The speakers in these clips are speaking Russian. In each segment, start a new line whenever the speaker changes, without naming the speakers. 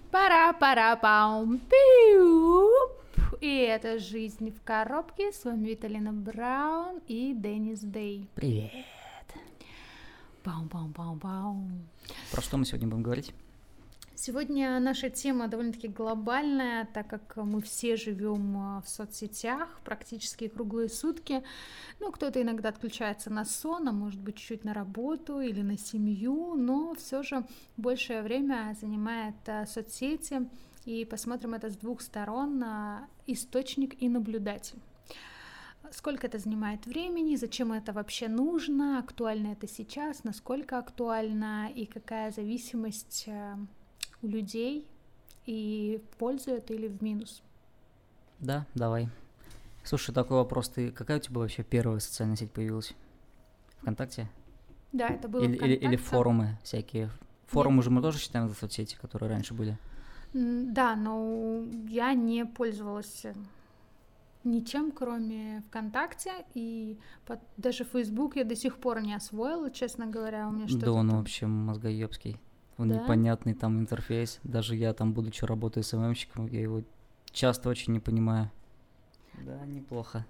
Пара-пара-пам, пиу. И это «Жизнь в коробке». С вами Виталина Браун и Деннис Дэй.
Привет.
Пам-пам-пам-пам.
Про что мы сегодня будем говорить?
Сегодня наша тема довольно-таки глобальная, так как мы все живем в соцсетях практически круглые сутки. Ну, кто-то иногда отключается на сон, а может быть чуть-чуть на работу или на семью, но все же большее время занимает соцсети. И посмотрим это с двух сторон: источник и наблюдатель. Сколько это занимает времени, зачем это вообще нужно, актуально это сейчас, насколько актуально и какая зависимость у людей, и в пользу это или в минус?
Да, давай. Слушай, такой вопрос. Какая у тебя вообще первая социальная сеть появилась? ВКонтакте?
Да, это было
или форумы всякие. Форумы же мы тоже считаем за соцсети, которые раньше были.
Да, но я не пользовалась ничем, кроме ВКонтакте, и даже Facebook я до сих пор не освоила, честно говоря. У меня что-то
да, он вообще мозгоебский. Он непонятный там интерфейс. Даже я там, будучи работаю СММщиком, я его часто очень не понимаю. Да, неплохо.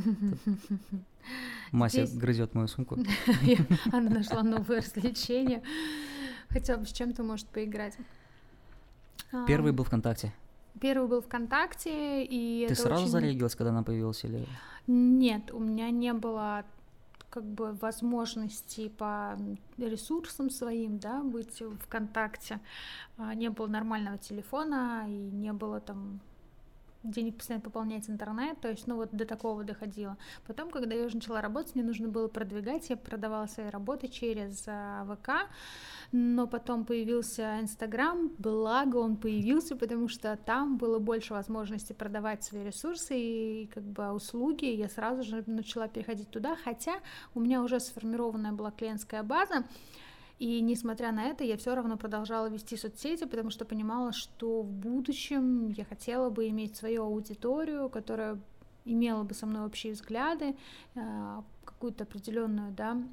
Мася грызет мою сумку.
Она нашла новое развлечение. Хотя бы с чем-то может поиграть.
Первый был ВКонтакте.
Первый был ВКонтакте, и
ты сразу зарегилась, когда она появилась, или?
Нет, у меня не было возможности по ресурсам своим, да, быть в ВКонтакте. Не было нормального телефона, и не было там денег постоянно пополнять интернет, то есть, до такого доходило. Потом, когда я уже начала работать, мне нужно было продвигать, я продавала свои работы через ВК, но потом появился Инстаграм, благо он появился, потому что там было больше возможностей продавать свои ресурсы и услуги, я сразу же начала переходить туда, хотя у меня уже сформированная была клиентская база. И несмотря на это, я все равно продолжала вести соцсети, потому что понимала, что в будущем я хотела бы иметь свою аудиторию, которая имела бы со мной общие взгляды, какую-то определенную,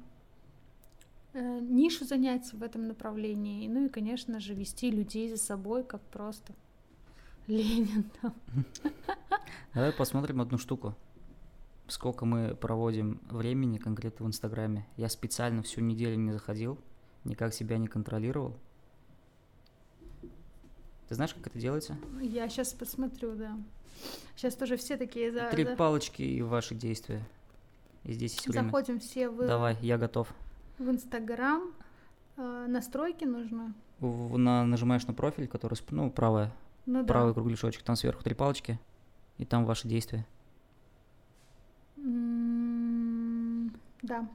нишу занять в этом направлении. Ну и, конечно же, вести людей за собой, как просто Ленин там.
Давай посмотрим одну штуку. Сколько мы проводим времени конкретно в Инстаграме. Я специально всю неделю не заходил, никак себя не контролировал. Ты знаешь, как это делается?
Я сейчас посмотрю, да. Сейчас тоже все такие...
Три палочки и ваши действия. И здесь есть время.
Заходим все в...
Давай, я готов.
В Инстаграм. Настройки нужно.
Нажимаешь на профиль, который, правый кругляшочек, там сверху 3 палочки, и там ваши действия.
Да.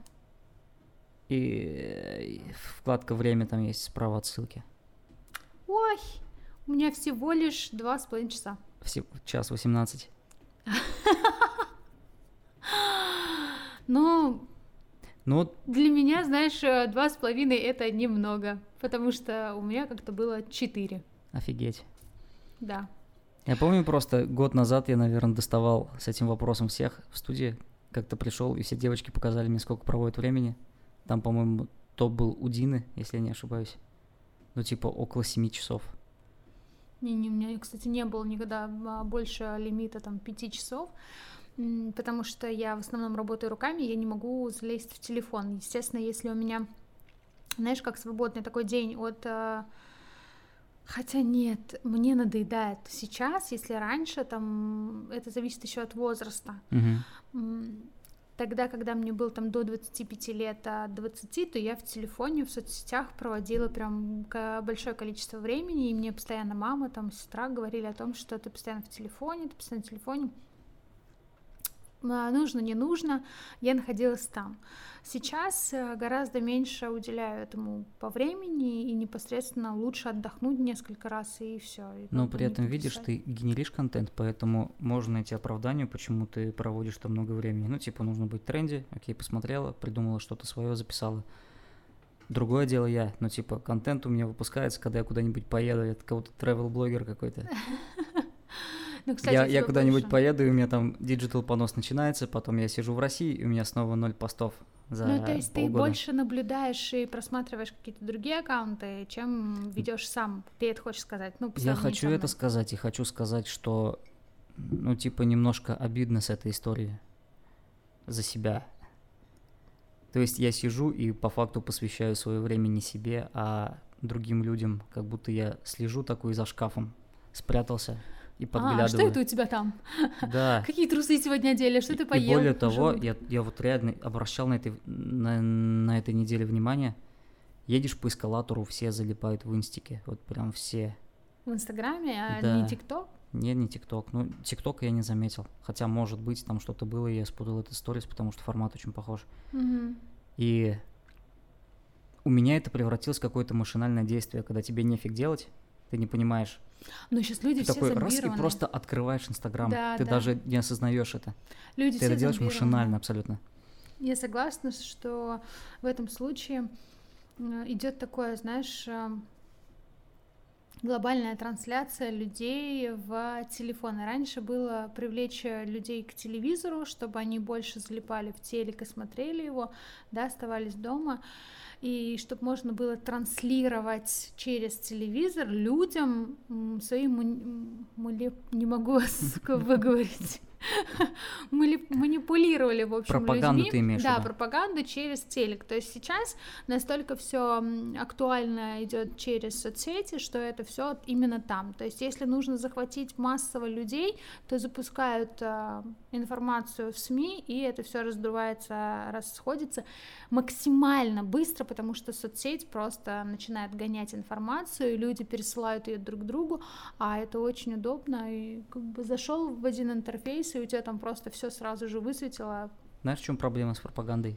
И вкладка «Время» там есть справа от ссылки.
Ой, у меня всего лишь 2,5 часа.
Час 18.
Ну, для меня, знаешь, 2,5 это немного, потому что у меня как-то было 4.
Офигеть.
Да.
Я помню, просто год назад я, наверное, доставал с этим вопросом всех в студии. Как-то пришел, и все девочки показали мне, сколько проводят времени. Там, по-моему, топ был у Дины, если я не ошибаюсь. Около 7 часов.
У меня, кстати, не было никогда больше лимита 5 часов, потому что я в основном работаю руками, я не могу залезть в телефон. Естественно, если у меня, знаешь, как свободный такой день от... Хотя нет, мне надоедает сейчас, если раньше, это зависит еще от возраста. Тогда, когда мне было до 25 лет, от 20, то я в телефоне, в соцсетях проводила прям большое количество времени, и мне постоянно мама, сестра говорили о том, что ты постоянно в телефоне, нужно, не нужно, я находилась там. Сейчас гораздо меньше уделяю этому по времени, и непосредственно лучше отдохнуть несколько раз, и все.
Но при этом, видишь, ты генеришь контент, поэтому можно найти оправдание, почему ты проводишь там много времени. Нужно быть в тренде, окей, посмотрела, придумала что-то свое, записала. Другое дело я, контент у меня выпускается, когда я куда-нибудь поеду, я какой-то travel-блогер какой-то. Я куда-нибудь поеду, и у меня там диджитал понос начинается, потом я сижу в России, и у меня снова 0 постов за
Ну, то есть ты
полгода.
больше наблюдаешь и просматриваешь какие-то другие аккаунты, чем ведешь сам. Ты это хочешь сказать? Ну, по
Я
сравнению
хочу
со
это
мной.
сказать, и хочу сказать, что, ну, типа, немножко обидно с этой истории за себя. То есть я сижу и по факту посвящаю свое время не себе, а другим людям, как будто я слежу такой за шкафом, спрятался и
Что
подглядываю.
это у тебя там?
Да.
Какие трусы сегодня одели? Что ты
И
поел?
более того,
Желудок?
я вот реально обращал на этой неделе внимание. Едешь по эскалатору, все залипают в инстике, вот прям все.
В Инстаграме, а
Да.
не ТикТок?
Нет, не ТикТок. Ну, ТикТок я не заметил. Хотя, может быть, там что-то было, и я спутал это сторис, потому что формат очень похож.
Угу.
И у меня это превратилось в какое-то машинальное действие, когда тебе нефиг делать, ты не понимаешь.
Но сейчас люди
Ты
все
такой раз и
зомбированы.
просто открываешь Инстаграм.
Да,
Ты
да.
даже не осознаешь это.
Люди
Ты
все
это делаешь
зомбированы.
машинально абсолютно.
Я согласна, что в этом случае идет такое, знаешь, глобальная трансляция людей в телефоны. Раньше было привлечь людей к телевизору, чтобы они больше залипали в телек и смотрели его, да, оставались дома, и чтобы можно было транслировать через телевизор людям свои не могу, сука, выговорить. Манипулировали, в общем,
Пропаганду
людьми.
ты имеешь в
Да,
виду?
пропаганду через телек. То есть сейчас настолько все актуально идет через соцсети, что это все именно там. То есть если нужно захватить массово людей, то запускают информацию в СМИ, и это все раздувается, расходится максимально быстро, потому что соцсеть просто начинает гонять информацию, и люди пересылают ее друг другу, а это очень удобно. И как бы зашел в один интерфейс, и у тебя там просто все сразу же высветило.
Знаешь, в чем проблема с пропагандой?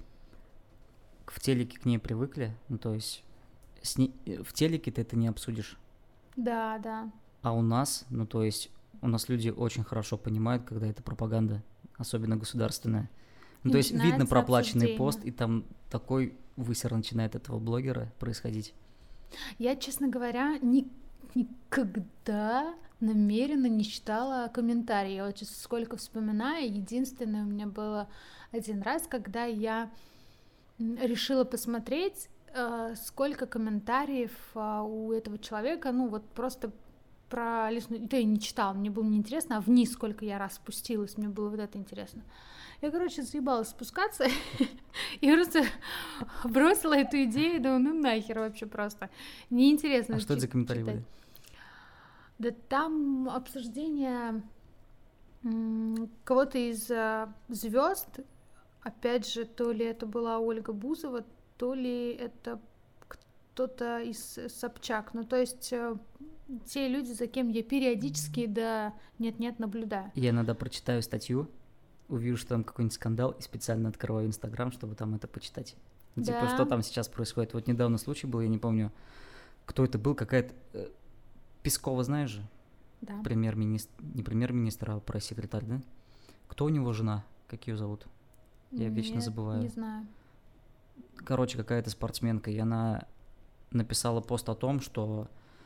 В телеке к ней привыкли, ну, то есть в телеке ты это не обсудишь.
Да, да.
А у нас, ну, то есть у нас люди очень хорошо понимают, когда это пропаганда, особенно государственная. Ну,
И
то есть видно
начинается
проплаченный
обсуждение.
пост, и там такой высер начинает этого блогера происходить.
Я, честно говоря, никогда намеренно не читала комментарии. Я вот сейчас сколько вспоминаю, единственное у меня было один раз, когда я решила посмотреть, сколько комментариев у этого человека, ну вот просто пролистнуть, это я не читала, мне было неинтересно, а вниз сколько я раз спустилась, мне было вот это интересно. Я, короче, заебалась спускаться и просто бросила эту идею, думаю, ну нахер вообще просто. Неинтересно.
А что это за комментарии были?
Да там обсуждение кого-то из звезд, опять же, то ли это была Ольга Бузова, то ли это кто-то из Собчак. Ну, то есть те люди, за кем я периодически, да, нет-нет, наблюдаю.
Я иногда прочитаю статью, увижу, что там какой-нибудь скандал, и специально открываю Инстаграм, чтобы там это почитать. Ну, типа, что там сейчас происходит? Вот недавно случай был, я не помню, кто это был, какая-то... Пескова, знаешь же?
Да.
Премьер-министр, не премьер-министр, а пресс-секретарь, да? Кто у него жена? Как ее зовут? Я вечно забываю.
Не знаю.
Короче, какая-то спортсменка, и она написала пост о том, что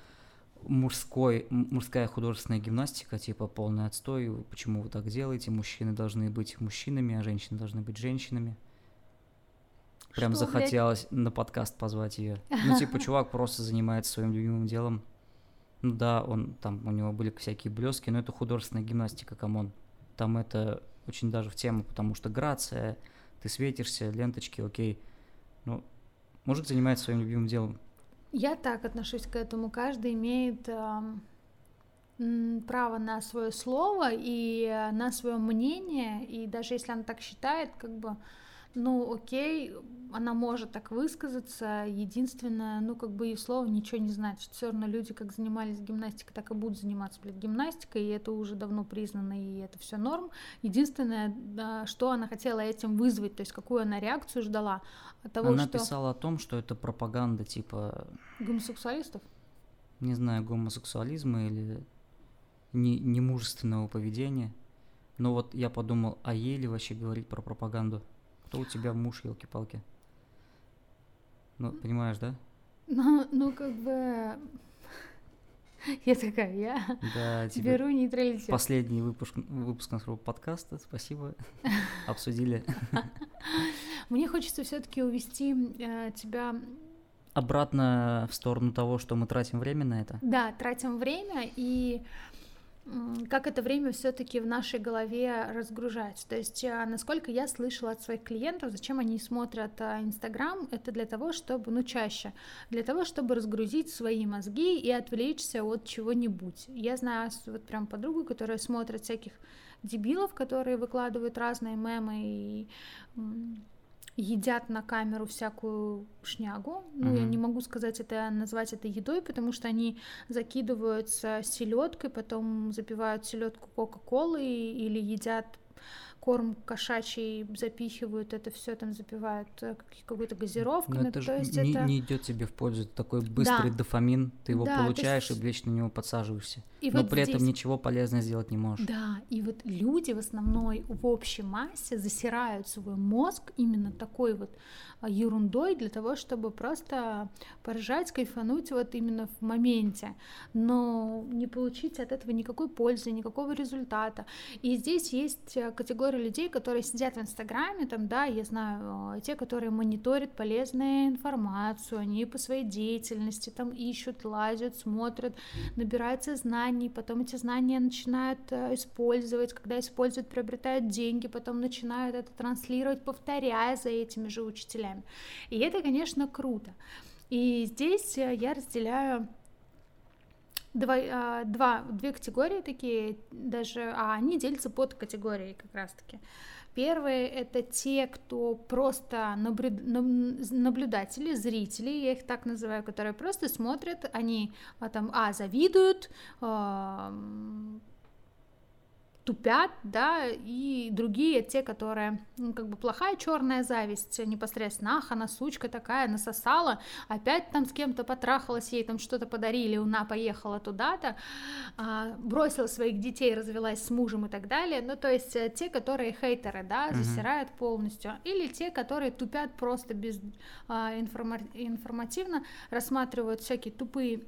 мужская художественная гимнастика, типа, полный отстой, почему вы так делаете, мужчины должны быть мужчинами, а женщины должны быть женщинами. Прям
Что,
захотелось на подкаст позвать ее. Ну, типа, чувак просто занимается своим любимым делом. Ну да, у него были всякие блески, но это художественная гимнастика, камон. Там это очень даже в тему, потому что грация, ты светишься, ленточки, окей. Ну, мужик занимается своим любимым делом.
Я так отношусь к этому. Каждый имеет право на свое слово и на свое мнение, и даже если она так считает, как бы, ну, окей, она может так высказаться. Единственное, ну, как бы, ее слово ничего не значит. Все равно люди, как занимались гимнастикой, так и будут заниматься, гимнастикой, и это уже давно признано, и это все норм. Единственное, что она хотела этим вызвать, то есть какую она реакцию ждала от того,
она
что...
писала о том, что это пропаганда, типа...
Гомосексуалистов?
Не знаю, гомосексуализма или немужественного поведения. Но вот я подумал, а ей ли вообще говорить про пропаганду? Кто у тебя муж, елки-палки? Ну, понимаешь, да?
Ну, как бы... Я такая,
Да,
беру нейтралитет.
Последний выпуск нашего подкаста, спасибо, обсудили.
Мне хочется все-таки увести тебя
обратно в сторону того, что мы тратим время на это.
Да, тратим время, и как это время все-таки в нашей голове разгружается. То есть, насколько я слышала от своих клиентов, зачем они смотрят Инстаграм, это для того, чтобы, чаще, для того, чтобы разгрузить свои мозги и отвлечься от чего-нибудь. Я знаю вот прям подругу, которая смотрит всяких дебилов, которые выкладывают разные мемы и едят на камеру всякую шнягу. Я не могу назвать это едой, потому что они закидываются селедкой, потом запивают селедку кока-колой или едят корм кошачий, запихивают это все, там запивают какой-то газировкой.
Но это же не идет тебе в пользу, это такой быстрый дофамин, ты его получаешь и вечно на него подсаживаешься, но вот при этом ничего полезного сделать не можешь.
Да, и вот люди в основной, в общей массе засирают свой мозг именно такой вот ерундой для того, чтобы просто поржать, кайфануть вот именно в моменте, но не получить от этого никакой пользы, никакого результата. И здесь есть категория людей, которые сидят в Инстаграме, там, да, я знаю, те, которые мониторят полезную информацию, они по своей деятельности там ищут, лазят, смотрят, набираются знаний, потом эти знания начинают использовать, когда используют, приобретают деньги, потом начинают это транслировать, повторяя за этими же учителями. И это, конечно, круто. И здесь я разделяю две категории такие, даже, они делятся под категории как раз-таки. Первые — это те, кто просто наблюдатели, зрители, я их так называю, которые просто смотрят, они там завидуют, тупят, да, и другие те, которые, как бы плохая черная зависть непосредственно, она сучка такая, насосала, опять там с кем-то потрахалась, ей там что-то подарили, она поехала туда-то, бросила своих детей, развелась с мужем и так далее, то есть те, которые хейтеры, да, засирают полностью, или те, которые тупят просто без информативно, рассматривают всякие тупые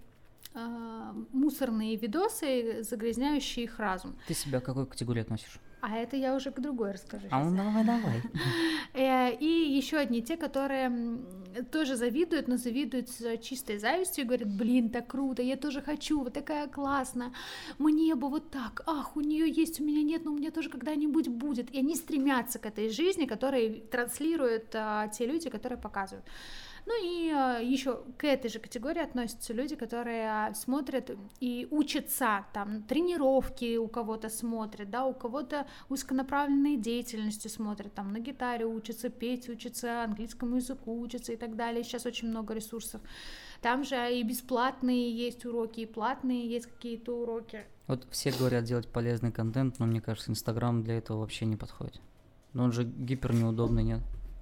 мусорные видосы, загрязняющие их разум.
Ты себя к какой категории относишь?
А это я уже к другой расскажу.
Давай.
И еще одни, те, которые тоже завидуют, но завидуют с чистой завистью и говорят: блин, так круто, я тоже хочу, вот такая классная, мне бы вот так, у нее есть, у меня нет, но у меня тоже когда-нибудь будет. И они стремятся к этой жизни, которую транслируют те люди, которые показывают. И еще к этой же категории относятся люди, которые смотрят и учатся, там, тренировки у кого-то смотрят, да, у кого-то узконаправленные деятельности смотрят, там, на гитаре учатся петь, учатся английскому языку, учатся и так далее. Сейчас очень много ресурсов. Там же и бесплатные есть уроки, и платные есть какие-то уроки.
Вот все говорят делать полезный контент, но мне кажется, Инстаграм для этого вообще не подходит. Но он же гипер неудобный, нет?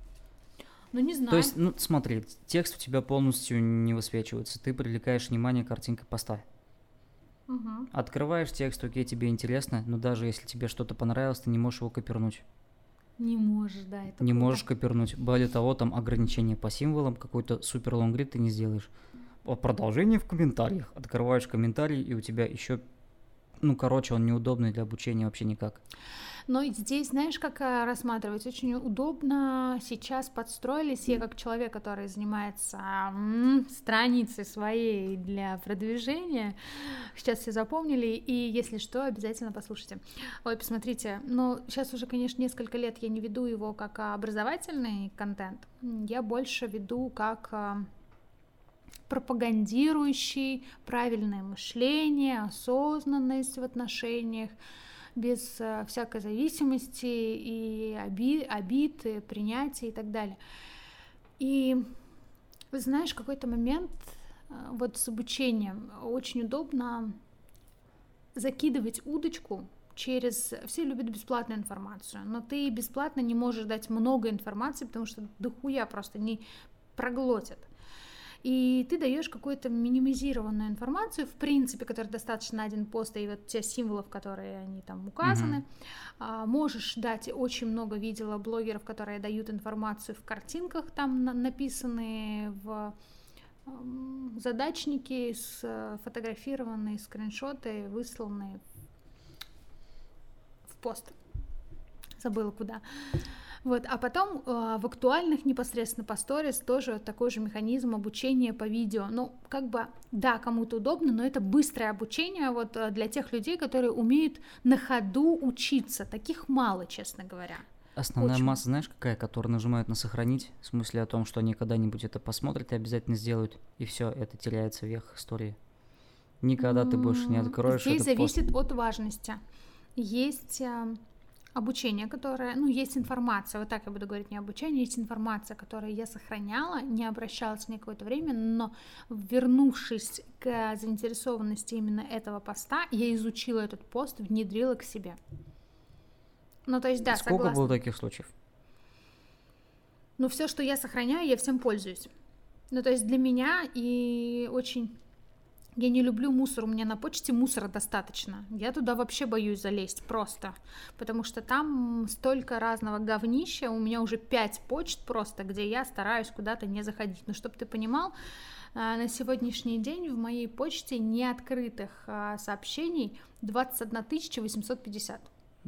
Не знаю.
То есть, смотри, текст у тебя полностью не высвечивается, ты привлекаешь внимание картинкой поста. Открываешь текст, окей, тебе интересно, но даже если тебе что-то понравилось, ты не можешь его копернуть.
Не можешь, да, это
не можешь копернуть. Более того, там ограничение по символам, какой-то супер лонгрид ты не сделаешь. Продолжение в комментариях. Открываешь комментарий, и у тебя еще, он неудобный для обучения вообще никак.
Но здесь, знаешь, как рассматривать? Очень удобно сейчас подстроились. Я как человек, который занимается страницей своей для продвижения, сейчас все запомнили, и если что, обязательно послушайте. Посмотрите, сейчас уже, конечно, несколько лет я не веду его как образовательный контент, я больше веду как пропагандирующий правильное мышление, осознанность в отношениях, без всякой зависимости и обид, принятия и так далее. И знаешь, в какой-то момент вот с обучением очень удобно закидывать удочку через... Все любят бесплатную информацию, но ты бесплатно не можешь дать много информации, потому что дохуя просто не проглотят. И ты даешь какую-то минимизированную информацию, в принципе, которая достаточно на один пост, и вот те символов, которые они там указаны. Можешь дать, очень много видела блогеров, которые дают информацию в картинках, там написанные в задачники, сфотографированные скриншоты, высланные в пост. Забыла куда. Вот, а потом в актуальных непосредственно по сторис тоже такой же механизм обучения по видео. Ну, как бы, да, кому-то удобно, но это быстрое обучение вот для тех людей, которые умеют на ходу учиться. Таких мало, честно говоря.
Основная
Очень.
масса, знаешь, какая, которые нажимают на сохранить, в смысле о том, что они когда-нибудь это посмотрят и обязательно сделают, и все, это теряется вверх истории. Никогда ты больше не откроешь
Здесь
этот пост.
зависит от важности. Есть обучение, которое, ну, есть информация, вот так я буду говорить, не обучение, есть информация, которую я сохраняла, не обращалась ни какое-то время, но вернувшись к заинтересованности именно этого поста, я изучила этот пост, внедрила к себе. Ну, то есть, да,
Сколько
согласна.
было таких случаев?
Ну, все, что я сохраняю, я всем пользуюсь. Ну, то есть для меня и очень... Я не люблю мусор, у меня на почте мусора достаточно. Я туда вообще боюсь залезть просто, потому что там столько разного говнища, у меня уже 5 почт просто, где я стараюсь куда-то не заходить. Но чтобы ты понимал, на сегодняшний день в моей почте неоткрытых сообщений 21 850.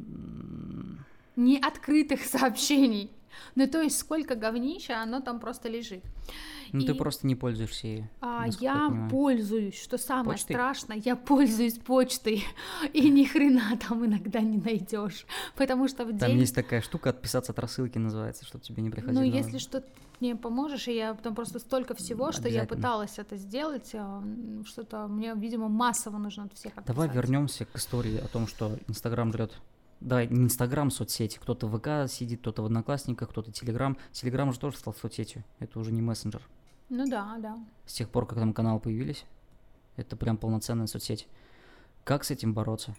Неоткрытых сообщений. Ну, то есть сколько говнища, оно там просто лежит.
Ну, ты просто не пользуешься ею.
Я пользуюсь, что самое
Почтой?
страшное, я пользуюсь почтой, и ни хрена там иногда не найдешь, потому что в
Там
день...
есть такая штука, отписаться от рассылки называется, чтобы тебе не приходило.
Ну, если что-то мне поможешь, и я там просто столько всего, что я пыталась это сделать, что-то мне, видимо, массово нужно от всех отписать.
Давай вернемся к истории о том, что Инстаграм жрет. Да, не Инстаграм, соцсети. Кто-то в ВК сидит, кто-то в Одноклассниках, кто-то Телеграм. Телеграм же тоже стал соцсетью. Это уже не мессенджер.
Ну да, да.
С тех пор, как там каналы появились, это прям полноценная соцсеть. Как с этим бороться?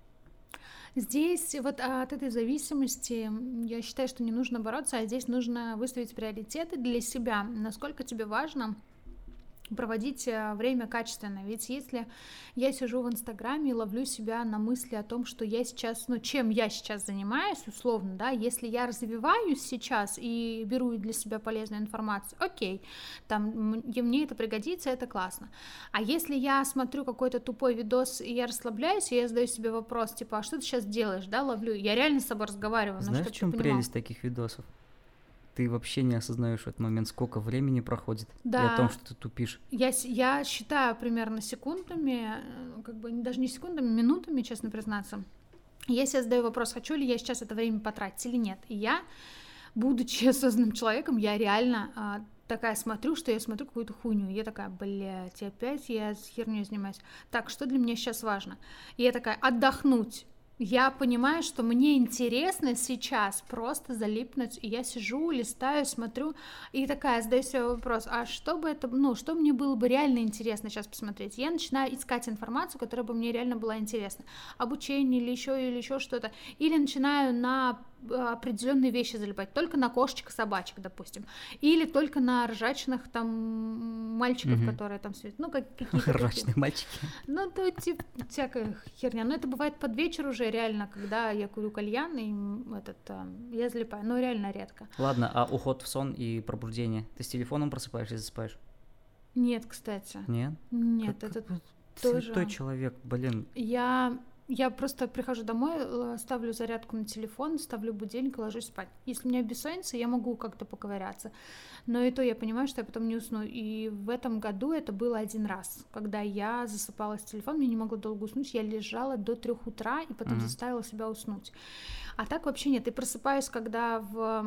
Здесь вот от этой зависимости я считаю, что не нужно бороться, а здесь нужно выставить приоритеты для себя. Насколько тебе важно проводить время качественно. Ведь если я сижу в Инстаграме и ловлю себя на мысли о том, что я сейчас, ну, чем я сейчас занимаюсь, условно, да, если я развиваюсь сейчас и беру для себя полезную информацию, окей, там, мне это пригодится, это классно. А если я смотрю какой-то тупой видос, и я расслабляюсь, и я задаю себе вопрос, типа, а что ты сейчас делаешь, да, ловлю, я реально с собой разговариваю.
Знаешь, в чем прелесть таких видосов? Ты вообще не осознаешь в этот момент, сколько времени проходит,
да.
И о том, что ты тупишь.
Я считаю примерно секундами, как бы даже не секундами, минутами, честно признаться. Я себе задаю вопрос, хочу ли я сейчас это время потратить или нет. И я, будучи осознанным человеком, я реально такая смотрю, что я смотрю какую-то хуйню. Я такая, блядь, опять я с херней занимаюсь. Так, что для меня сейчас важно? И я такая, отдохнуть. Я понимаю, что мне интересно сейчас просто залипнуть, и я сижу, листаю, смотрю, и такая задаю себе вопрос, а что бы это, ну, что мне было бы реально интересно сейчас посмотреть? Я начинаю искать информацию, которая бы мне реально была интересна, обучение или еще что-то, или начинаю на определенные вещи залипать, только на кошечек, собачек, допустим, или только на ржачных там мальчиков, которые там светят, ну, какие-то
ржачные мальчики.
Ну, то типа всякая херня, но это бывает под вечер уже реально, когда я курю кальян и я залипаю, но реально редко.
Ладно, а уход в сон и пробуждение, ты с телефоном просыпаешься и засыпаешь?
Нет, кстати.
Нет?
Нет,
как,
это
как
тоже...
Святой человек, блин.
Я просто прихожу домой, ставлю зарядку на телефон, ставлю будильник и ложусь спать. Если у меня бессонница, я могу как-то поковыряться. Но и то я понимаю, что я потом не усну. И в этом году это было один раз, когда я засыпала с телефоном, я не могла долго уснуть, я лежала до 3 утра и потом заставила себя уснуть. А так вообще нет. Я просыпаюсь, когда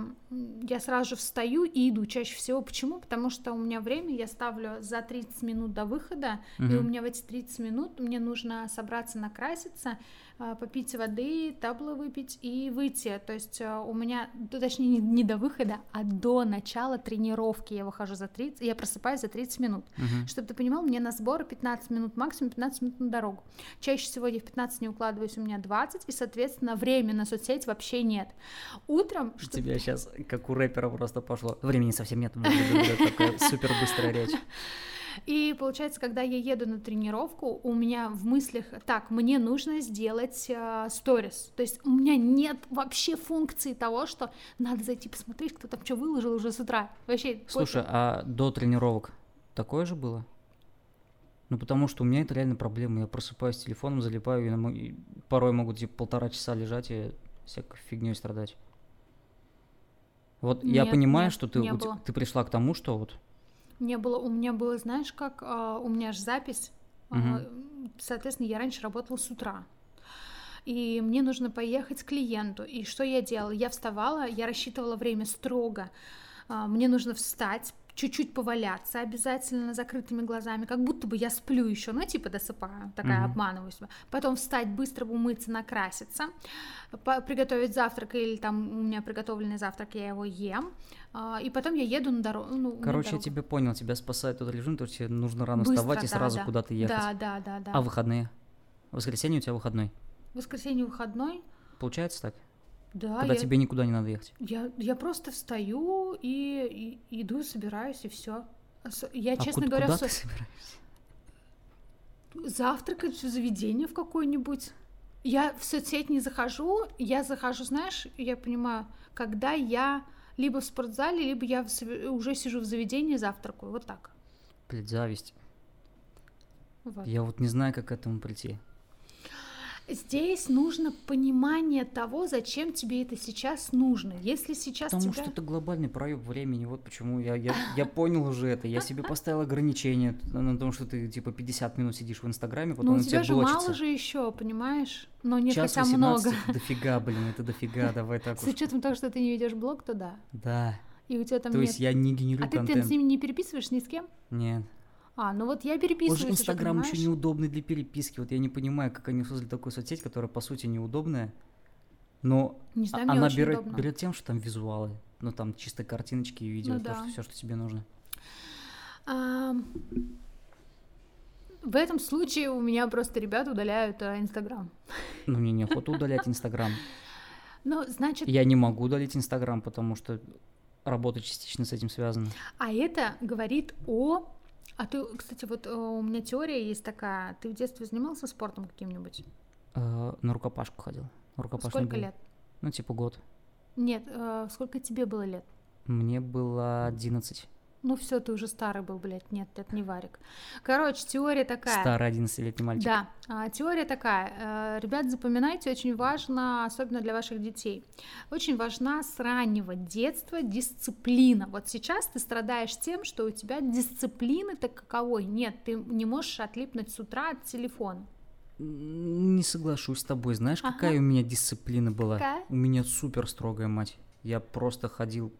я сразу же встаю и иду чаще всего. Почему? Потому что у меня время, я ставлю за 30 минут до выхода, и у меня в эти 30 минут мне нужно собраться, накраситься, попить воды, табло выпить и выйти. То есть у меня, точнее, не до выхода, а до начала тренировки я выхожу я просыпаюсь за 30 минут. Чтобы ты понимал, мне на сбор 15 минут максимум, 15 минут на дорогу. Чаще всего я в 15 не укладываюсь, у меня 20, и, соответственно, время на соцсеть вообще нет. Утром...
У тебя сейчас, как у рэпера, просто пошло. Времени совсем нет, такая супер быстрая речь.
И получается, когда я еду на тренировку, у меня в мыслях, так, мне нужно сделать сторис. То есть у меня нет вообще функции того, что надо зайти посмотреть, кто там что выложил уже с утра. Вообще.
Слушай, а до тренировок такое же было? Ну, потому что у меня это реально проблема. Я просыпаюсь с телефоном, залипаю, и порой могу типа 1,5 часа лежать и всякой фигней страдать. Вот я
Нет,
понимаю,
нет,
что
не было.
ты пришла к тому, что вот...
Не было. У меня было, знаешь, как у меня же запись.
Мгм.
Соответственно, я раньше работала с утра. И мне нужно поехать к клиенту. И что я делала? Я вставала, я рассчитывала время строго. Мне нужно встать, чуть-чуть поваляться обязательно закрытыми глазами, как будто бы я сплю еще, ну, типа досыпаю, такая
Мгм.
обманываю себя. Потом встать, быстро умыться, накраситься, приготовить завтрак или там у меня приготовленный завтрак, я его ем, и потом я еду на дорогу. Ну, на
Короче, я
дорогу.
тебя понял, тебя спасает тот режим, то тебе нужно рано
Быстро,
вставать и
да,
сразу
да.
куда-то ехать.
Да.
А выходные? В воскресенье у тебя выходной.
Воскресенье выходной.
Получается так?
Да,
Когда тебе никуда не надо ехать.
я просто встаю и иду, собираюсь, и все. Я,
А
честно говоря,
куда ты собираешься?
завтракать в заведение в какое-нибудь. Я в соцсеть не захожу, я захожу, знаешь, я понимаю, когда я либо в спортзале, либо я уже сижу в заведении, завтракаю, вот так.
Блядь, зависть.
Вот.
Я вот не знаю, как к этому прийти.
Здесь нужно понимание того, зачем тебе это сейчас нужно. Если сейчас
Потому
тебя...
что это глобальный проеб времени, вот почему я понял уже это. Я себе поставил ограничение на том, что ты типа 50 минут сидишь в Инстаграме, потом
Ну, у
он
тебя
тебя
же
блочится.
мало же еще, понимаешь? Но не
Час
хотя
18
много.
это дофига, блин, это дофига, давай так
С
уж.
учетом того, что ты не ведешь блог, то да.
Да.
И у тебя там
То
нет...
есть я не
А
генерирую
ты с
контент.
ними не переписываешь ни с кем?
Нет.
Ну вот я
Он
переписываюсь
же
уже,
Инстаграм еще
понимаешь?
неудобный для переписки. Вот я не понимаю, как они создали такую соцсеть, которая по сути неудобная, но
Не знаю, мне
она
очень
берет
удобно.
тем, что там визуалы, ну там чисто картиночки и видео,
Ну
то,
да.
что все, что тебе нужно.
В этом случае у меня просто ребята удаляют Инстаграм.
Но мне неохота удалять Инстаграм.
Ну, значит,
Я не могу удалить Инстаграм, потому что работа частично с этим связана.
а это говорит о... А ты, кстати, вот у меня теория есть такая. Ты в детстве занимался спортом каким-нибудь?
На рукопашку ходил. Рукопашный
Сколько
бой.
лет?
Ну, типа год.
Нет, сколько тебе было лет?
Мне было 11.
Ну все, ты уже старый был, блядь. Нет, это не Варик. Короче, теория такая.
Старый 11-летний мальчик.
Да, теория такая. Ребят, запоминайте, очень важно, особенно для ваших детей, очень важна с раннего детства дисциплина. Вот сейчас ты страдаешь тем, что у тебя дисциплины-то каковой нет, ты не можешь отлипнуть с утра от телефона.
Не соглашусь с тобой. Знаешь,
Ага.
какая у меня дисциплина была?
Какая?
У меня супер строгая мать. Я просто ходил...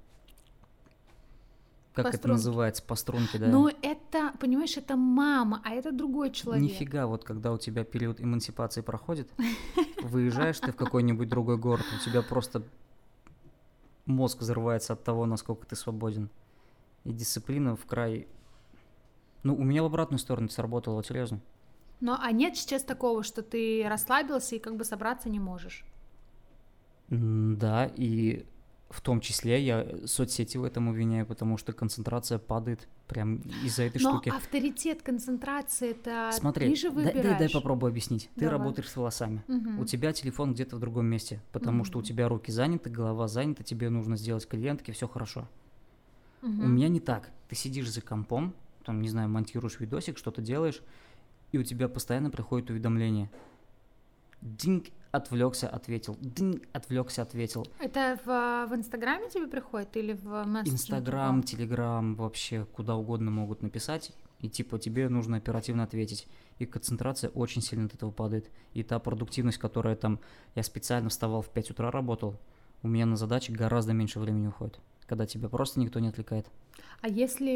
Как
По
это
струнке.
называется? По струнке, да.
Но это, понимаешь, это мама, а это другой человек.
Нифига, вот когда у тебя период эмансипации проходит, выезжаешь ты в какой-нибудь другой город, у тебя просто мозг взрывается от того, насколько ты свободен. И дисциплина в край... Ну, у меня в обратную сторону это сработало, вот серьезно.
А нет сейчас такого, что ты расслабился и как бы собраться не можешь?
Да, и в том числе я соцсети в этом обвиняю, потому что концентрация падает прям из-за этой штуки.
Но авторитет, концентрация, это
Смотри,
ты же выбираешь.
дай попробую объяснить. Ты
Давай.
работаешь с волосами.
Мгм.
У тебя телефон где-то в другом месте, потому что у тебя руки заняты, голова занята, тебе нужно сделать клиентки, все хорошо. У меня не так. Ты сидишь за компом, там, не знаю, монтируешь видосик, что-то делаешь, и у тебя постоянно приходит уведомление. Динг, отвлекся, ответил. Динг, отвлекся, ответил.
Это в Инстаграме тебе приходит или в мессенджере?
Инстаграм, Телеграм, вообще куда угодно могут написать, и типа тебе нужно оперативно ответить. И концентрация очень сильно от этого падает. И та продуктивность, которая там... Я специально вставал в 5 утра, работал, у меня на задачи гораздо меньше времени уходит, когда тебя просто никто не отвлекает.
А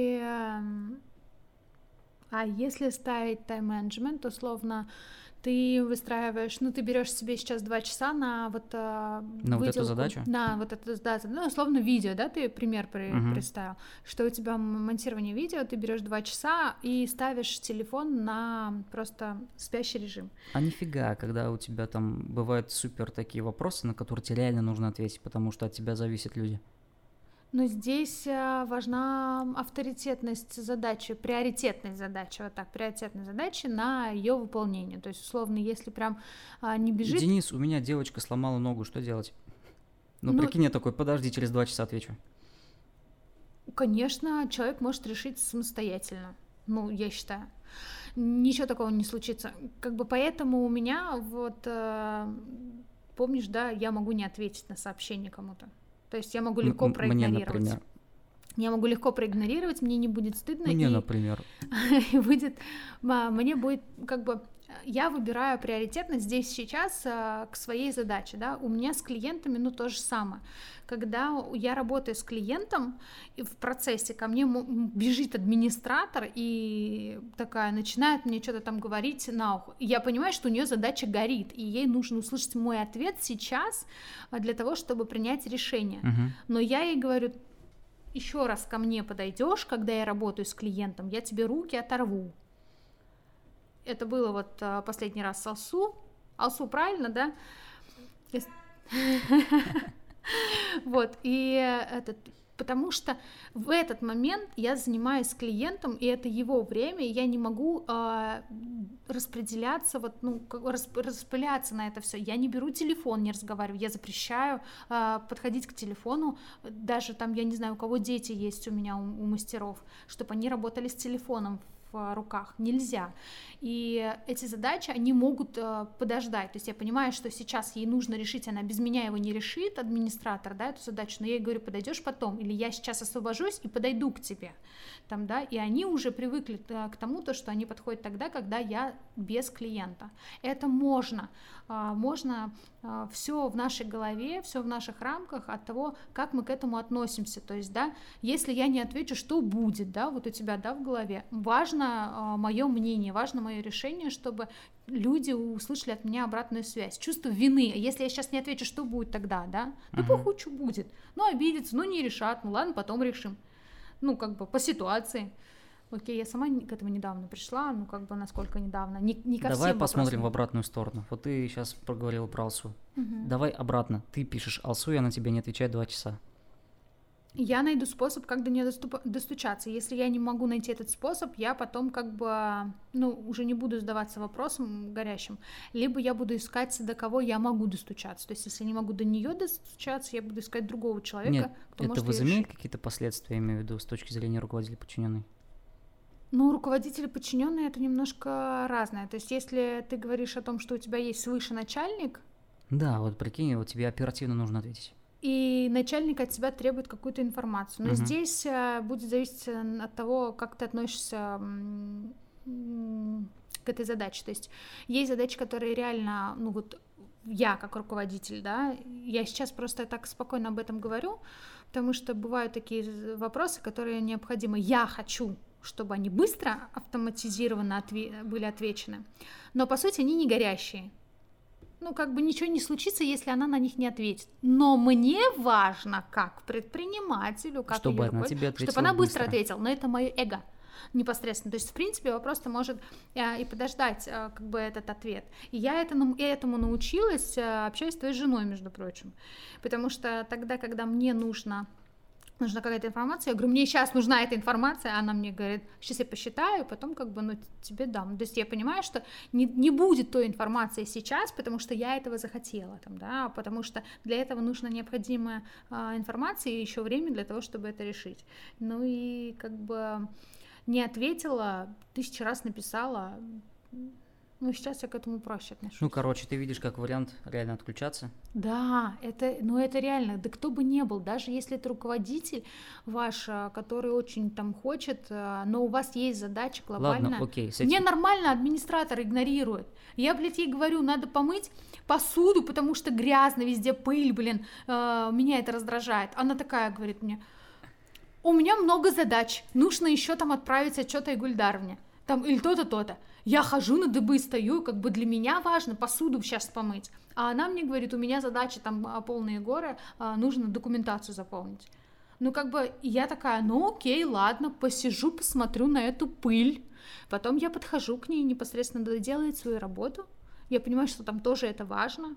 если ставить тайм-менеджмент, условно, ты выстраиваешь, ты берешь себе сейчас 2 часа на вот
вот эту задачу?
На вот эту задачу. Ну, условно, видео, да, ты пример представил, что у тебя монтирование видео, ты берешь 2 часа и ставишь телефон на просто спящий режим.
А нифига, когда у тебя там бывают супер такие вопросы, на которые тебе реально нужно ответить, потому что от тебя зависят люди.
Но здесь важна авторитетность задачи, приоритетность задачи, вот так, приоритетность задачи на ее выполнение. То есть, условно, если прям не бежит...
Денис, у меня девочка сломала ногу, что делать? Прикинь, я такой, подожди, через 2 часа отвечу.
Конечно, человек может решить самостоятельно, я считаю. Ничего такого не случится. Как бы поэтому у меня помнишь, да, я могу не ответить на сообщение кому-то. То есть я могу легко проигнорировать.
Мне, например.
Я могу легко проигнорировать, мне не будет стыдно.
Мне, например.
И мне будет как бы... Я выбираю приоритетно здесь сейчас к своей задаче, да, у меня с клиентами, ну, то же самое. Когда я работаю с клиентом, и в процессе ко мне бежит администратор и такая начинает мне что-то там говорить на ухо, и я понимаю, что у нее задача горит, и ей нужно услышать мой ответ сейчас для того, чтобы принять решение. Но я ей говорю: еще раз ко мне подойдешь, когда я работаю с клиентом, я тебе руки оторву. Это было вот последний раз с Алсу. Алсу, правильно, да? Вот, и потому что в этот момент я занимаюсь с клиентом, и это его время, и я не могу распределяться, распыляться на это все. Я не беру телефон, не разговариваю, я запрещаю подходить к телефону, даже там, я не знаю, у кого дети есть у меня, у мастеров, чтобы они работали с телефоном в руках, нельзя. И эти задачи, они могут подождать. То есть я понимаю, что сейчас ей нужно решить, она без меня его не решит, администратор, да, эту задачу, но я ей говорю: подойдешь потом, или я сейчас освобожусь и подойду к тебе. Там, да, и они уже привыкли к тому, что они подходят тогда, когда я без клиента. Это можно все в нашей голове, все в наших рамках от того, как мы к этому относимся. То есть, да, если я не отвечу, что будет, да, вот у тебя, да, в голове, важно мое мнение, важно мое решение, чтобы люди услышали от меня обратную связь. Чувство вины. Если я сейчас не отвечу, что будет тогда, да? Да похуй, что будет. Ну, обидятся, ну, не решат, ну, ладно, потом решим. Ну, как бы по ситуации. Окей, я сама к этому недавно пришла, ну, как бы насколько недавно. Не ко
Давай
всем
посмотрим
вопросам.
в обратную сторону. Вот ты сейчас проговорила про Алсу. Давай обратно. Ты пишешь Алсу, и она тебе не отвечает 2 часа.
Я найду способ, как до нее достучаться. Если я не могу найти этот способ, я потом как бы, ну, уже не буду задаваться вопросом горящим. Либо я буду искать, до кого я могу достучаться. То есть, если я не могу до нее достучаться, я буду искать другого человека,
Нет,
кто может
это
ее
возымеет
решить.
какие-то последствия, я имею в виду, с точки зрения руководителя подчиненной?
Ну, руководители подчиненные это немножко разное. То есть, если ты говоришь о том, что у тебя есть свыше начальник,
Да, вот прикинь, вот тебе оперативно нужно ответить.
и начальник от тебя требует какую-то информацию. Но здесь будет зависеть от того, как ты относишься к этой задаче. То есть есть задачи, которые реально, ну вот я как руководитель, да, я сейчас просто так спокойно об этом говорю, потому что бывают такие вопросы, которые необходимы. Я хочу, чтобы они быстро, автоматизированно были отвечены, но по сути они не горящие. Ну, как бы ничего не случится, если она на них не ответит. Но мне важно, как предпринимателю, как
чтобы
ее
она тебе ответила
чтобы она быстро
быстро.
ответила. Но это мое эго непосредственно. То есть, в принципе, вопрос-то может и подождать как бы этот ответ. И я этому научилась, общаясь с твоей женой, между прочим. Потому что тогда, когда мне нужна какая-то информация, я говорю: мне сейчас нужна эта информация, а она мне говорит: сейчас я посчитаю, потом как бы, ну, тебе дам. То есть я понимаю, что не будет той информации сейчас, потому что я этого захотела, там, да, потому что для этого нужна необходимая информация и еще время для того, чтобы это решить. Ну и как бы не ответила, 1000 раз написала. Ну, сейчас я к этому проще отношусь.
Ну, короче, ты видишь как вариант реально отключаться?
Да, это реально, да кто бы ни был, даже если это руководитель ваш, который очень там хочет, но у вас есть задача глобальная.
Ладно, окей. С этим...
Мне нормально администратор игнорирует. Я, блядь, ей говорю: надо помыть посуду, потому что грязно, везде пыль, блин, меня это раздражает. Она такая говорит мне: у меня много задач, нужно еще там отправить отчет Айгульдаровне, там, или то-то, то-то. Я хожу на дыбы, стою, как бы для меня важно посуду сейчас помыть. А она мне говорит: у меня задачи там полные горы, нужно документацию заполнить. Ну, как бы я такая: ну, окей, ладно, посижу, посмотрю на эту пыль. Потом я подхожу к ней, непосредственно доделает свою работу. Я понимаю, что там тоже это важно.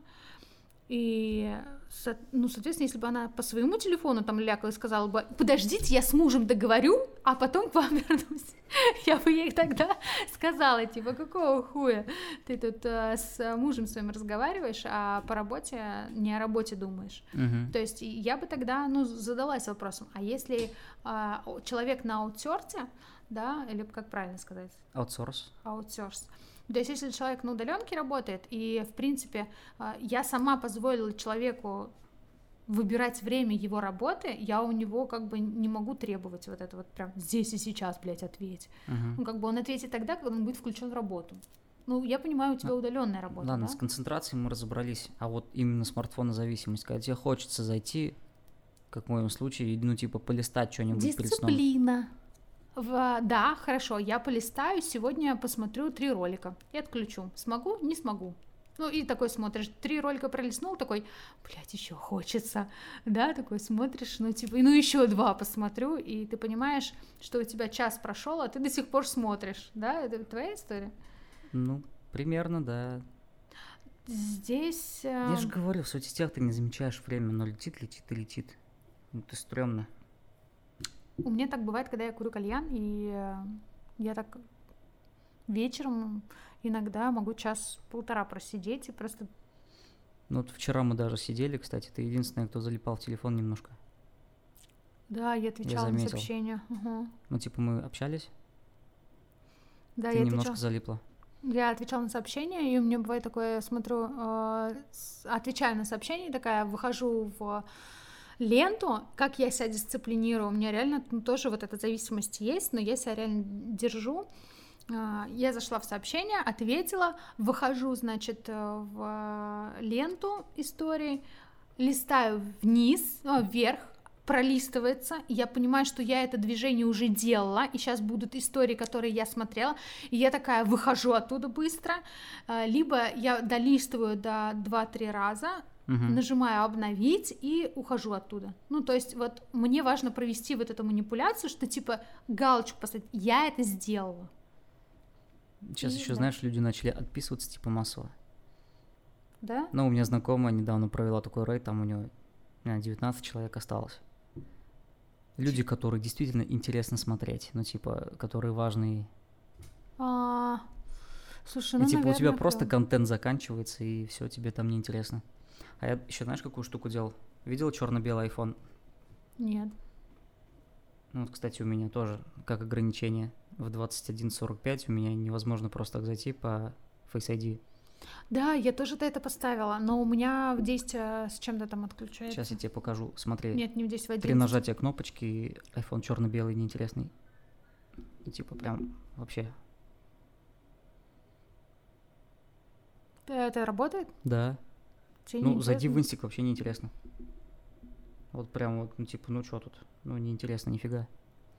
И, ну, соответственно, если бы она по своему телефону там лякала и сказала бы: подождите, я с мужем договорю, а потом к вам вернусь, я бы ей тогда сказала, типа: какого хуя ты тут с мужем своим разговариваешь, а по работе, не о работе думаешь. То есть я бы тогда, ну, задалась вопросом: а если человек на аутсорсе, да, или как правильно сказать?
Аутсорс.
То есть если человек на удаленке работает, и, в принципе, я сама позволила человеку выбирать время его работы, я у него как бы не могу требовать вот это вот прям здесь и сейчас, блядь, ответь. Ну, как бы он ответит тогда, когда он будет включен в работу. Ну, я понимаю, у тебя удаленная работа,
Ладно,
да?
с концентрацией мы разобрались, а вот именно смартфонозависимость, когда тебе хочется зайти, как в моем случае, ну, типа, полистать что-нибудь перед сном.
Дисциплина. Да, хорошо, я полистаю, сегодня посмотрю 3 ролика и отключу. Смогу? Не смогу. Ну, и такой смотришь, 3 ролика пролистнул, такой, блядь, еще хочется, да, такой смотришь, ну, типа, ну, еще 2 посмотрю, и ты понимаешь, что у тебя час прошел, а ты до сих пор смотришь, да, это твоя история?
Ну, примерно, да.
Здесь...
Я же говорю, в соцсетях ты не замечаешь время, но летит, летит и летит. Ну, это стрёмно.
У меня так бывает, когда я курю кальян, и я так вечером иногда могу час-полтора просидеть и просто...
Ну, вот вчера мы даже сидели, кстати, ты единственная, кто залипал в телефон немножко.
Да, я отвечала на
заметил.
сообщения. Угу.
Ну, типа, мы общались,
Да,
ты
я
немножко
отвечала.
залипла.
Я отвечала на сообщения, и у меня бывает такое, я смотрю, отвечаю на сообщения, такая, выхожу в ленту, как я себя дисциплинирую, у меня реально тоже вот эта зависимость есть, но я себя реально держу. Я зашла в сообщение, ответила, выхожу, значит, в ленту истории, листаю вверх, пролистывается, и я понимаю, что я это движение уже делала, и сейчас будут истории, которые я смотрела, и я такая выхожу оттуда быстро, либо я долистываю до 2-3 раза, нажимаю обновить и ухожу оттуда. Ну, то есть вот мне важно провести вот эту манипуляцию, что типа галочку поставить, я это сделала.
Сейчас
И
еще,
да.
знаешь, люди начали отписываться типа массово.
Да?
Ну, у меня знакомая недавно провела такой рейд, там у нее 19 человек осталось. Люди, которые действительно интересно смотреть, ну, типа, которые важные.
Слушай,
И,
ну,
типа,
наверное,
у тебя просто
прям.
контент заканчивается, и все, тебе там неинтересно. А я еще, знаешь, какую штуку делал? Видел черно-белый iPhone?
Нет.
Ну, вот, кстати, у меня тоже, как ограничение, в 21:45 у меня невозможно просто так зайти по Face ID.
Да, я тоже это поставила, но у меня в 10 с чем-то там отключается.
Сейчас я тебе покажу. Смотри.
Нет, не в 10, в 11.
3 нажатия кнопочки, и iPhone черно-белый неинтересный. И типа прям вообще.
Это работает?
Да.
Тебе
Ну,
не
зайди в
интересно?
инстик, вообще неинтересно. Вот прям вот, ну типа, ну что тут? Ну, неинтересно, нифига.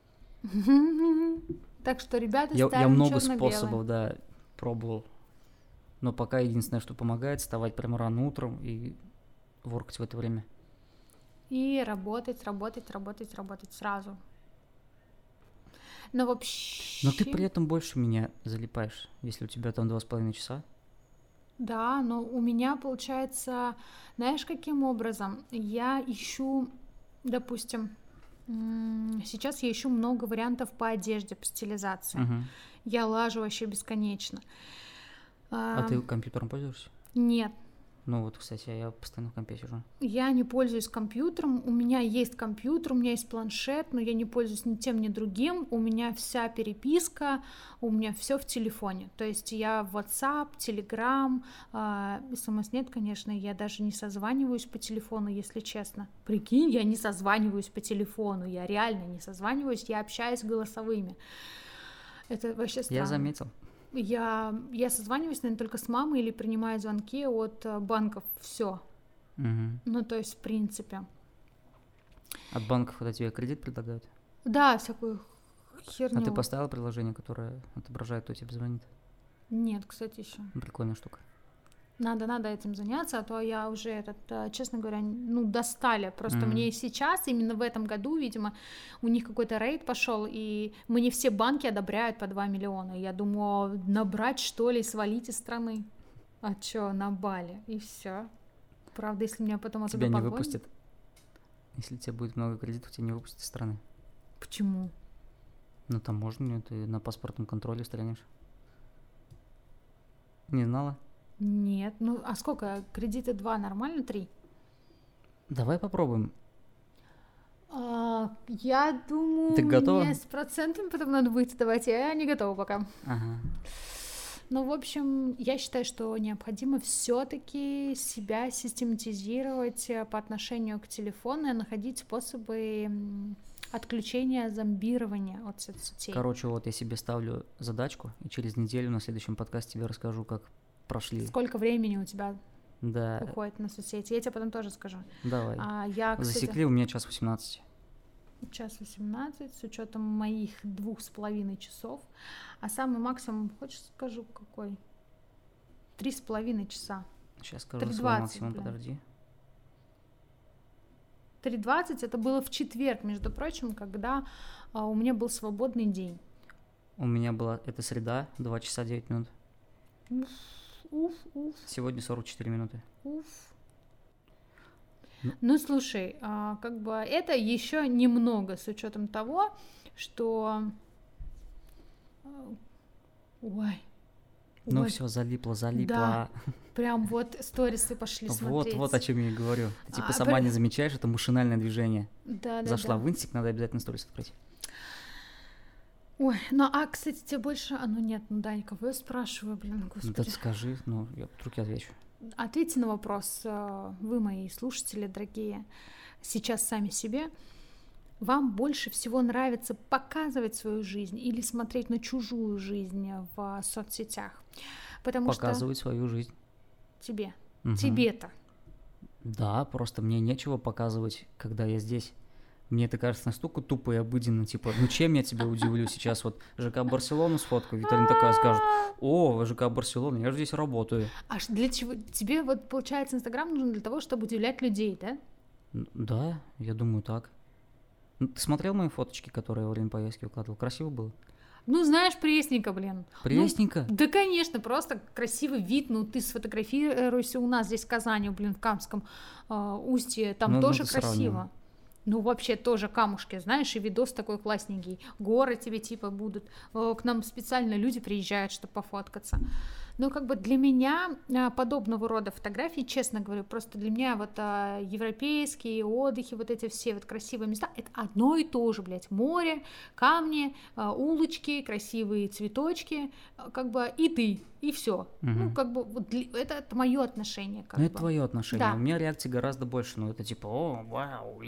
Так что, ребята,
Я
ставим
много
чёрно-белое.
способов, да, пробовал. Но пока единственное, что помогает, вставать прямо рано утром и воркать в это время.
И работать сразу. Но вообще...
Но ты при этом больше меня залипаешь, если у тебя там 2,5 часа.
Да, но у меня получается, знаешь, каким образом? Я ищу, допустим, сейчас я ищу много вариантов по одежде, по стилизации. Я лажу вообще бесконечно.
А ты компьютером пользуешься?
Нет.
Ну вот, кстати, я постоянно в компе сижу.
Я не пользуюсь компьютером, у меня есть компьютер, у меня есть планшет, но я не пользуюсь ни тем, ни другим, у меня вся переписка, у меня все в телефоне, то есть я в WhatsApp, Telegram, СМС нет, конечно, я даже не созваниваюсь по телефону, если честно. Прикинь, я не созваниваюсь по телефону, я реально не созваниваюсь, я общаюсь голосовыми. Это вообще странно.
Я заметил.
Я созваниваюсь, наверное, только с мамой или принимаю звонки от банков. Все. Ну, то есть, в принципе.
От банков, когда тебе кредит предлагают?
Да, всякую херню.
А ты поставила приложение, которое отображает, кто тебе звонит?
Нет, кстати, еще.
Прикольная штука.
Надо этим заняться, а то я уже честно говоря, достали. Просто мне сейчас, именно в этом году, видимо, у них какой-то рейд пошел, и мне все банки одобряют по 2 миллиона. Я думаю, набрать что ли, свалить из страны. А чё, на Бали, и все. Правда, если меня потом оттуда
тебя не
погонят...
выпустят. Если тебе будет много кредитов, тебя не выпустят из страны.
Почему?
Ну там можно, ты на паспортном контроле стрянешь. Не знала?
Нет, ну а сколько? Кредиты 2, нормально 3?
Давай попробуем.
Я думаю,
Ты готова?
у меня с процентами потом надо будет давать, я не готова пока.
Ага.
Ну, в общем, я считаю, что необходимо все-таки себя систематизировать по отношению к телефону и находить способы отключения, зомбирования от соцсетей.
Короче, вот я себе ставлю задачку, и через неделю на следующем подкасте тебе расскажу, как прошли.
Сколько времени у тебя
Да.
уходит на соцсети? Я тебе потом тоже скажу.
Давай.
Я, кстати,
Засекли, у меня 1:18.
1:18 с учетом моих 2,5 часов. А самый максимум, хочешь скажу, какой? 3,5 часа.
Сейчас скажу
3:20,
свой максимум,
блин.
подожди.
3:20 это было в четверг, между прочим, когда у меня был свободный день.
У меня была, это среда, 2 часа 9 минут.
Уф, уф,
Сегодня 44 минуты.
уф. Ну, слушай, как бы это еще немного с учетом того, что... Ой.
Ну
ой,
все, залипло.
Да. Прям вот сторисы пошли смотреть.
Вот о чем я и говорю. Ты типа
А,
сама не замечаешь, это машинальное движение.
Да, да,
Зашла
да.
в инстик, надо обязательно сторис открыть.
Ой, кстати, тебе больше... нет, да, никого я спрашиваю, блин,
Да
господи.
ты скажи, я вдруг я отвечу.
Ответьте на вопрос, вы, мои слушатели дорогие, сейчас сами себе. Вам больше всего нравится показывать свою жизнь или смотреть на чужую жизнь в соцсетях? Потому
Показывать свою жизнь.
что тебе,
Мгм.
тебе-то.
Да, просто мне нечего показывать, когда я здесь. Мне это кажется настолько тупо и обыденно, типа, ну чем я тебя удивлю сейчас? Вот ЖК Барселону сфоткаю, Виталин такая скажет: о, ЖК Барселона, я же здесь работаю.
А для чего? Тебе вот, получается, Инстаграм нужен для того, чтобы удивлять людей, да?
Да, я думаю так. Ну, ты смотрел мои фоточки, которые я во время поездки выкладывал? Красиво было?
Ну, знаешь, пресненько, блин.
Пресненько?
Ну, да, конечно, просто красивый вид. Ну, ты сфотографируйся у нас здесь, в Казани, блин, в Камском устье, там
Ну,
тоже
это
красиво.
сравнимо.
Ну, вообще тоже камушки, знаешь, и видос такой классненький. Горы тебе типа будут. К нам специально люди приезжают, чтобы пофоткаться. Но как бы для меня подобного рода фотографии, честно говорю, просто для меня вот европейские отдыхи, вот эти все вот красивые места, это одно и то же, блядь. Море, камни, улочки, красивые цветочки, как бы и ты, и все. Ну, как бы вот это мое отношение. Как
Ну,
бы.
это твое отношение.
Да.
У меня реакций гораздо больше. Ну, это типа, о, вау,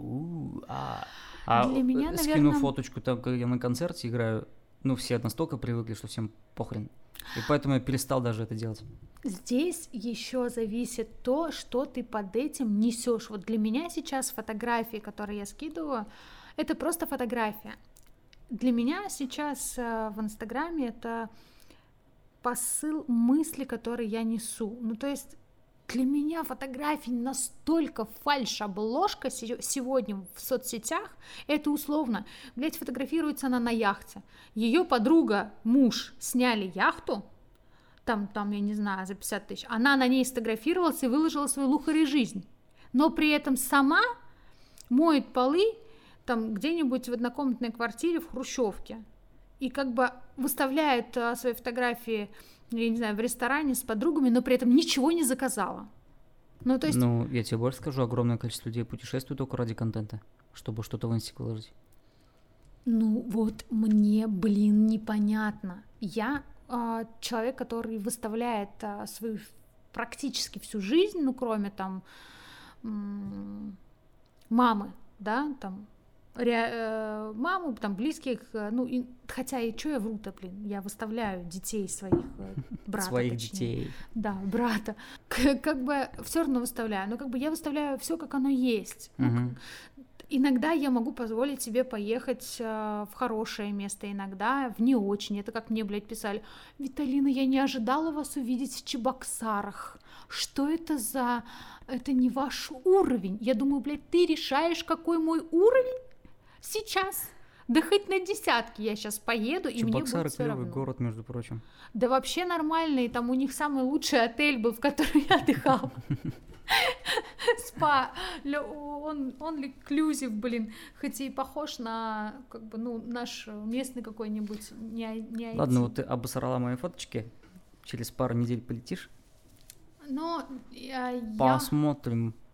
Для меня,
скину
наверное,
фоточку, там, когда я на концерте играю, ну, все настолько привыкли, что всем похрен. И поэтому я перестал даже это делать.
здесь еще зависит то, что ты под этим несешь. Вот для меня сейчас фотографии, которые я скидываю, это просто фотография. Для меня сейчас в Инстаграме это посыл мысли, которые я несу. Ну, то есть для меня фотографии настолько фальш-обложка сегодня в соцсетях, это условно. Блять, фотографируется она на яхте. Ее подруга, муж сняли яхту, там, я не знаю, за 50 тысяч. Она на ней сфотографировалась и выложила свою лухарь и жизнь. Но при этом сама моет полы там где-нибудь в однокомнатной квартире в хрущевке. И как бы выставляет свои фотографии, я не знаю, в ресторане с подругами, но при этом ничего не заказала. Ну, то есть...
Ну, я тебе больше скажу, огромное количество людей путешествует только ради контента, чтобы что-то в инстик выложить.
Ну, вот мне, блин, непонятно. Я человек, который выставляет свою практически всю жизнь, ну, кроме там мамы, да, там, маму, там, близких, ну, и, хотя и что я вру-то, блин, я выставляю детей своих, брата,
Своих
точнее.
детей.
Да, брата. Как бы все равно выставляю, но как бы я выставляю все, как оно есть. Ну, иногда я могу позволить себе поехать в хорошее место, иногда в не очень. Это как мне, блядь, писали: Виталина, я не ожидала вас увидеть в Чебоксарах. Что это за... Это не ваш уровень. Я думаю, блядь, ты решаешь, какой мой уровень сейчас? Да хоть на десятки я сейчас поеду, и мне будет
Чебоксары
все
клевый
равно.
город, между прочим.
Да вообще нормальный, там у них самый лучший отель был, в котором я отдыхала. Спа, он inclusive, блин, хоть и похож на, как бы, ну, наш местный какой-нибудь, не IT.
Ладно, вот ты обосрала мои фоточки, через пару недель полетишь,
Но
посмотрим.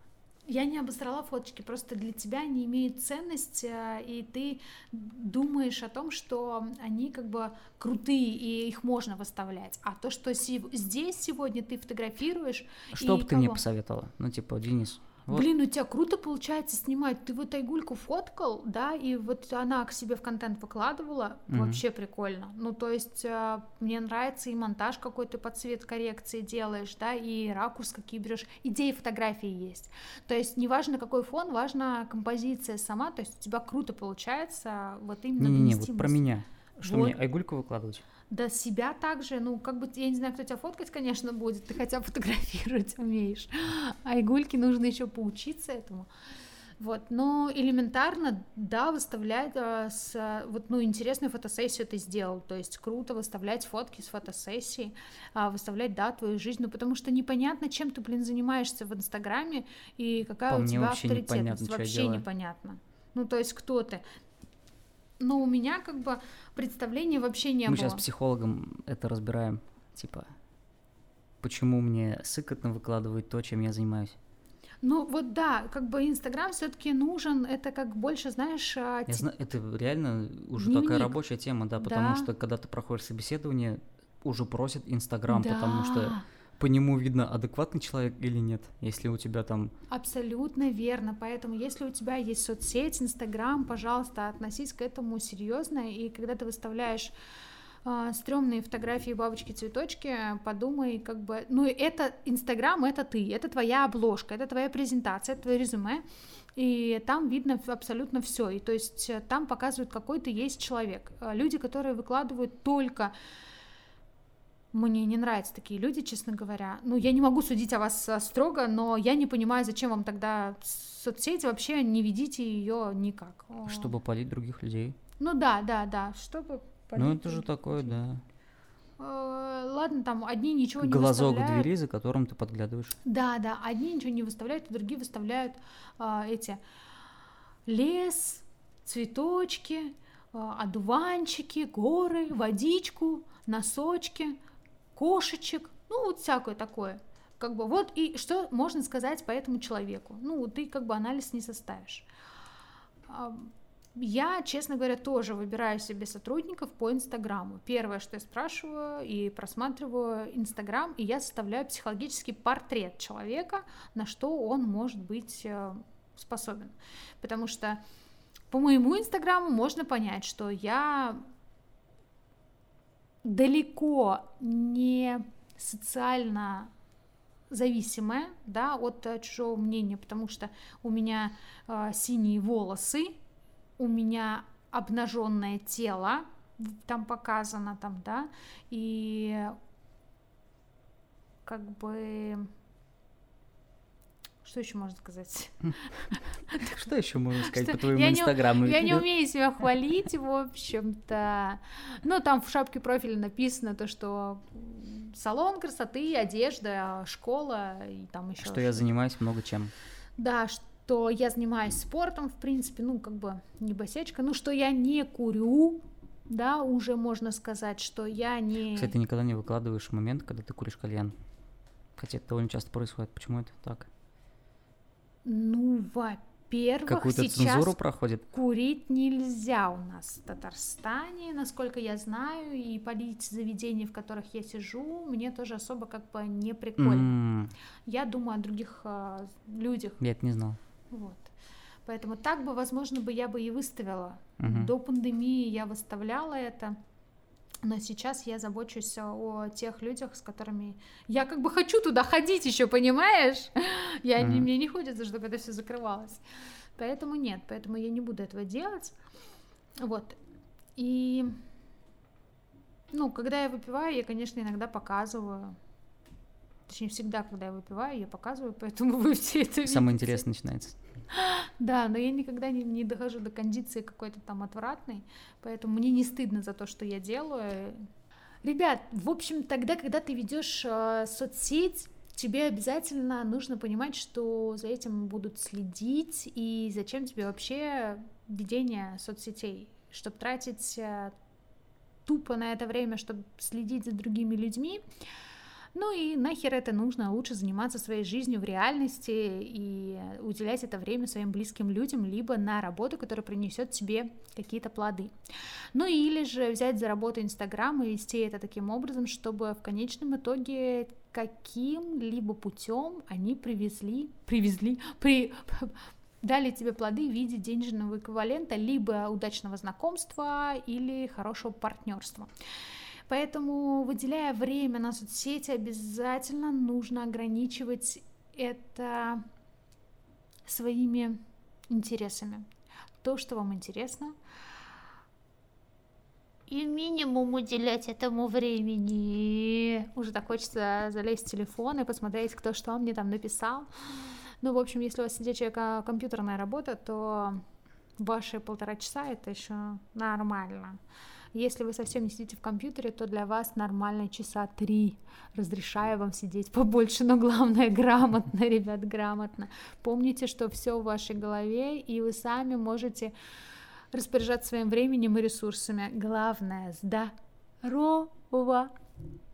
Я не обосрала фоточки, просто для тебя они имеют ценность, и ты думаешь о том, что они как бы крутые, и их можно выставлять. А то, что здесь сегодня ты фотографируешь...
Что бы ты мне
кого?
посоветовала? Ну, типа, Денис, вот.
Блин, у тебя круто получается снимать. Ты вот Айгульку фоткал, да, и вот она к себе в контент выкладывала. Вообще прикольно. Ну, то есть мне нравится и монтаж какой ты под цвет коррекции делаешь, да, и ракурс какие берешь. Идеи фотографии есть. То есть неважно какой фон, важна композиция сама. То есть у тебя круто получается вот именно
Не-не-не,
донести
вот про
мысль.
меня. Что
Вот.
мне Айгульку выкладывать?
Да себя также, ну, как бы, я не знаю, кто тебя фоткать, конечно, будет, ты хотя бы фотографировать умеешь, а Игульке нужно еще поучиться этому, вот, но элементарно, да, выставлять, вот, ну, интересную фотосессию ты сделал, то есть круто выставлять фотки с фотосессии, выставлять, да, твою жизнь, ну, потому что непонятно, чем ты, блин, занимаешься в Инстаграме, и какая
По
у
мне
тебя
вообще
авторитетность,
непонятно, что я
вообще
делаю.
непонятно, ну, то есть кто ты. Но у меня как бы представления вообще не было.
Мы сейчас с психологом это разбираем, типа, почему мне сыкотно выкладывать то, чем я занимаюсь.
Ну вот да, как бы Инстаграм все-таки нужен, это как больше, знаешь...
Я знаю, это реально уже
дневник.
такая рабочая тема, да, потому
Да.
что когда ты проходишь собеседование, уже просят Инстаграм,
Да.
потому что по нему видно, адекватный человек или нет, если у тебя там...
Абсолютно верно, поэтому если у тебя есть соцсеть, Инстаграм, пожалуйста, относись к этому серьезно, и когда ты выставляешь стрёмные фотографии бабочки-цветочки, подумай, как бы, ну это Инстаграм, это ты, это твоя обложка, это твоя презентация, это твое резюме, и там видно абсолютно все, и то есть там показывают, какой ты есть человек. Люди, которые выкладывают только... Мне не нравятся такие люди, честно говоря. Ну, я не могу судить о вас строго, но я не понимаю, зачем вам тогда соцсети, вообще не ведите ее никак.
Чтобы палить других людей.
Ну да, чтобы палить.
Ну это же такое, да.
Ладно, там одни ничего не
Глазок
выставляют.
в двери, за которым ты подглядываешь.
Да, одни ничего не выставляют, а другие выставляют эти лес, цветочки, одуванчики, горы, водичку, носочки, кошечек, ну вот всякое такое. Как бы вот и что можно сказать по этому человеку? Ну, ты как бы анализ не составишь. Я, честно говоря, тоже выбираю себе сотрудников по Инстаграму. Первое, что я спрашиваю и просматриваю Инстаграм, и я составляю психологический портрет человека, на что он может быть способен. Потому что по моему Инстаграму можно понять, что я далеко не социально зависимая, да, от чужого мнения, потому что у меня синие волосы, у меня обнаженное тело, там показано, там, да, и как бы... Что еще можно сказать?
Что еще можно сказать по твоему Инстаграму?
Я не умею себя хвалить, в общем-то. Ну, там в шапке профиля написано то, что салон красоты, одежда, школа и там еще.
Что я занимаюсь много чем.
Да, что я занимаюсь спортом, в принципе, ну, как бы не босячка, ну, что я не курю, да, уже можно сказать, что я не...
Кстати, ты никогда не выкладываешь момент, когда ты куришь кальян. Хотя это довольно часто происходит. Почему это так?
Ну, во-первых,
какую-то
сейчас
цензуру проходит?
Курить нельзя у нас в Татарстане, насколько я знаю, и палить заведения, в которых я сижу, мне тоже особо как бы не прикольно. Я думаю о других людях.
Я это не знал.
Вот. Поэтому так бы, возможно, я бы и выставила. До пандемии я выставляла это. Но сейчас я забочусь о тех людях, с которыми я как бы хочу туда ходить еще, понимаешь? Мне не хочется, чтобы это все закрывалось. Поэтому нет, поэтому я не буду этого делать. Вот. И, ну, когда я выпиваю, я, конечно, иногда показываю. Точнее, всегда, когда я выпиваю, я показываю, поэтому вы все это видите.
Самое интересное начинается.
Да, но я никогда не дохожу до кондиции какой-то там отвратной, поэтому мне не стыдно за то, что я делаю. Ребят, в общем, тогда, когда ты ведешь соцсеть, тебе обязательно нужно понимать, что за этим будут следить, и зачем тебе вообще ведение соцсетей, чтобы тратить тупо на это время, чтобы следить за другими людьми. Ну и нахер это нужно? Лучше заниматься своей жизнью в реальности и уделять это время своим близким людям, либо на работу, которая принесет тебе какие-то плоды. Ну или же взять за работу Инстаграм и вести это таким образом, чтобы в конечном итоге каким-либо путем они дали тебе плоды в виде денежного эквивалента, либо удачного знакомства или хорошего партнерства. Поэтому, выделяя время на соцсети, обязательно нужно ограничивать это своими интересами. То, что вам интересно, и минимум уделять этому времени. Уже так хочется залезть в телефон и посмотреть, кто что мне там написал. Ну, в общем, если у вас сидячая компьютерная работа, то ваши 1,5 часа — это еще нормально. Если вы совсем не сидите в компьютере, то для вас нормально 3 часа. Разрешаю вам сидеть побольше, но главное грамотно, ребят, грамотно. Помните, что все в вашей голове, и вы сами можете распоряжаться своим временем и ресурсами. Главное — здорово!